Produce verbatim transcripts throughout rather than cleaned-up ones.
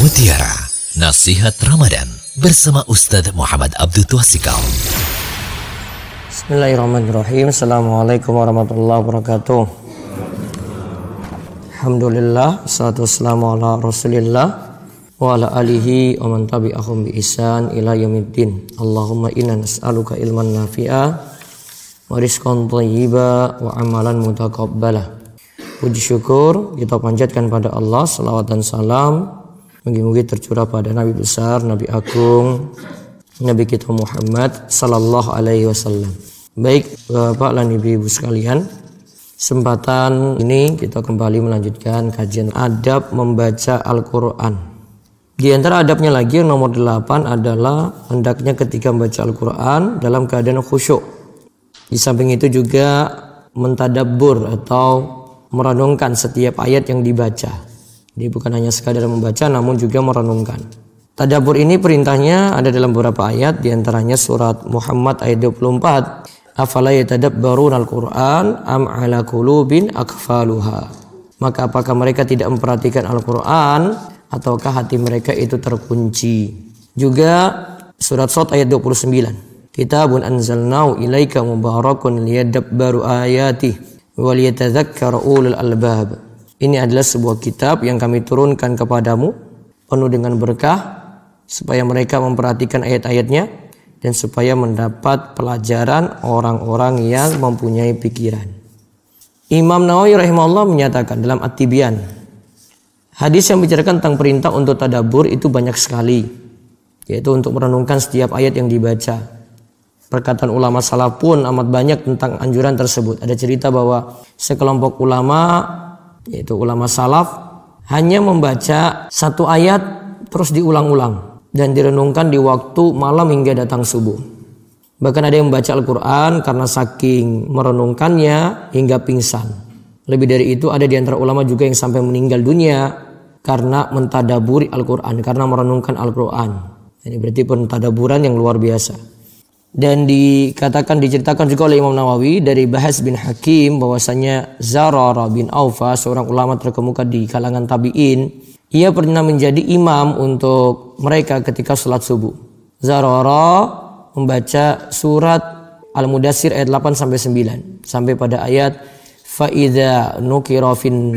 Mutiara Nasihat Ramadan bersama Ustaz Muhammad Abdul Twasikal. Bismillahirrahmanirrahim. Assalamualaikum warahmatullahi wabarakatuh. Alhamdulillah, wassalatu wassalamu ala rasulillah wa ala alihi wa man tabi'ahum bi ihsan ila yaumiddin. Allahumma inna nas'aluka ilman nafi'a wa rizqan thayyiba wa amalan mutaqabbala. Puji syukur kita panjatkan pada Allah, salawat dan salam mugi-mugi tercurah pada Nabi besar, Nabi agung, Nabi kita Muhammad sallallahu alaihi wasallam. Baik Bapak dan Ibu-ibu sekalian, kesempatan ini kita kembali melanjutkan kajian adab membaca Al-Quran. Di antara adabnya lagi yang nomor delapan adalah hendaknya ketika membaca Al-Quran dalam keadaan khusyuk. Di samping itu juga mentadabbur atau merenungkan setiap ayat yang dibaca. Jadi bukan hanya sekadar membaca namun juga merenungkan. Tadabbur ini perintahnya ada dalam beberapa ayat, di antaranya surat Muhammad ayat dua puluh empat. Afala yatadabbaruna al-Qur'an am ala qulubin akfaluha. Maka apakah mereka tidak memperhatikan Al-Qur'an ataukah hati mereka itu terkunci. Juga surat Shad ayat dua puluh sembilan. Kitabun anzalnahu ilaika mubarakun liyadabbaru ayatihi wa liyatadzakkara ulul albab. Ini adalah sebuah kitab yang kami turunkan kepadamu penuh dengan berkah supaya mereka memperhatikan ayat-ayatnya dan supaya mendapat pelajaran orang-orang yang mempunyai pikiran. Imam Nawawi rahimahullah menyatakan dalam At-Tibyan, hadis yang bicarakan tentang perintah untuk tadabbur itu banyak sekali, yaitu untuk merenungkan setiap ayat yang dibaca. Perkataan ulama salaf pun amat banyak tentang anjuran tersebut. Ada cerita bahwa sekelompok ulama, yaitu ulama salaf, hanya membaca satu ayat terus diulang-ulang dan direnungkan di waktu malam hingga datang subuh. Bahkan ada yang membaca Al-Quran karena saking merenungkannya hingga pingsan. Lebih dari itu ada di antara ulama juga yang sampai meninggal dunia karena mentadaburi Al-Quran, karena merenungkan Al-Quran. Ini berarti pentadaburan yang luar biasa. Dan dikatakan, diceritakan juga oleh Imam Nawawi dari Bahas bin Hakim bahwasanya Zarara bin Aufa, seorang ulama terkemuka di kalangan tabi'in, ia pernah menjadi imam untuk mereka ketika sholat subuh. Zarara membaca surat Al-Mudassir ayat delapan sampai sembilan sampai pada ayat fa idza nukira fin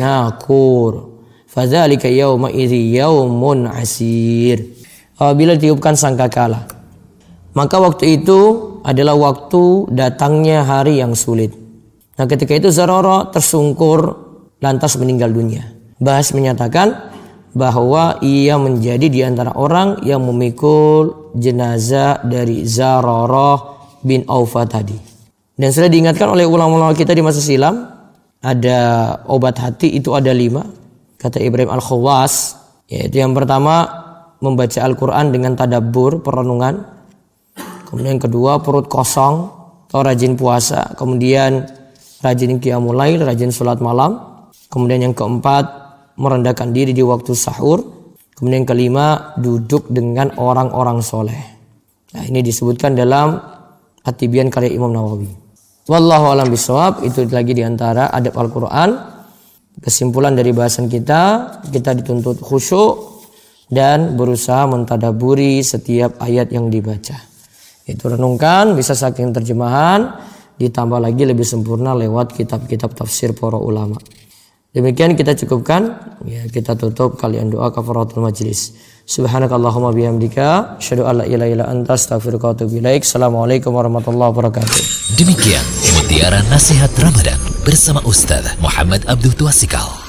naqur fadzalika yauma idzi yaumun asir. Apabila ditiupkan sangkakala, maka waktu itu adalah waktu datangnya hari yang sulit. Nah, ketika itu Zarara tersungkur lantas meninggal dunia. Bahas menyatakan bahwa ia menjadi di antara orang yang memikul jenazah dari Zarara bin Aufa tadi. Dan sudah diingatkan oleh ulama-ulama kita di masa silam, ada obat hati itu ada lima. Kata Ibrahim Al-Khawas, yaitu yang pertama membaca Al-Quran dengan tadabbur, perenungan. Kemudian yang kedua perut kosong atau rajin puasa. Kemudian rajin qiyamul lail, rajin sholat malam. Kemudian yang keempat merendahkan diri di waktu sahur. Kemudian yang kelima duduk dengan orang-orang soleh. Nah, ini disebutkan dalam At-Tibyan karya Imam Nawawi. Wallahu a'lam bishawab. Itu lagi diantara adab Al-Quran. Kesimpulan dari bahasan kita, kita dituntut khusyuk dan berusaha mentadaburi setiap ayat yang dibaca. Itu renungkan, bisa saking terjemahan, ditambah lagi lebih sempurna lewat kitab-kitab tafsir para ulama. Demikian kita cukupkan, ya, kita tutup kalian doa kafaratul majlis. Subhanakallahumma bihamdika asyhadu an la ilaha illa anta astaghfiruka wa atubu ilaik. Assalamualaikum warahmatullahi wabarakatuh. Demikian Mutiara Nasihat Ramadan bersama Ustaz Muhammad Abdul Twasikal.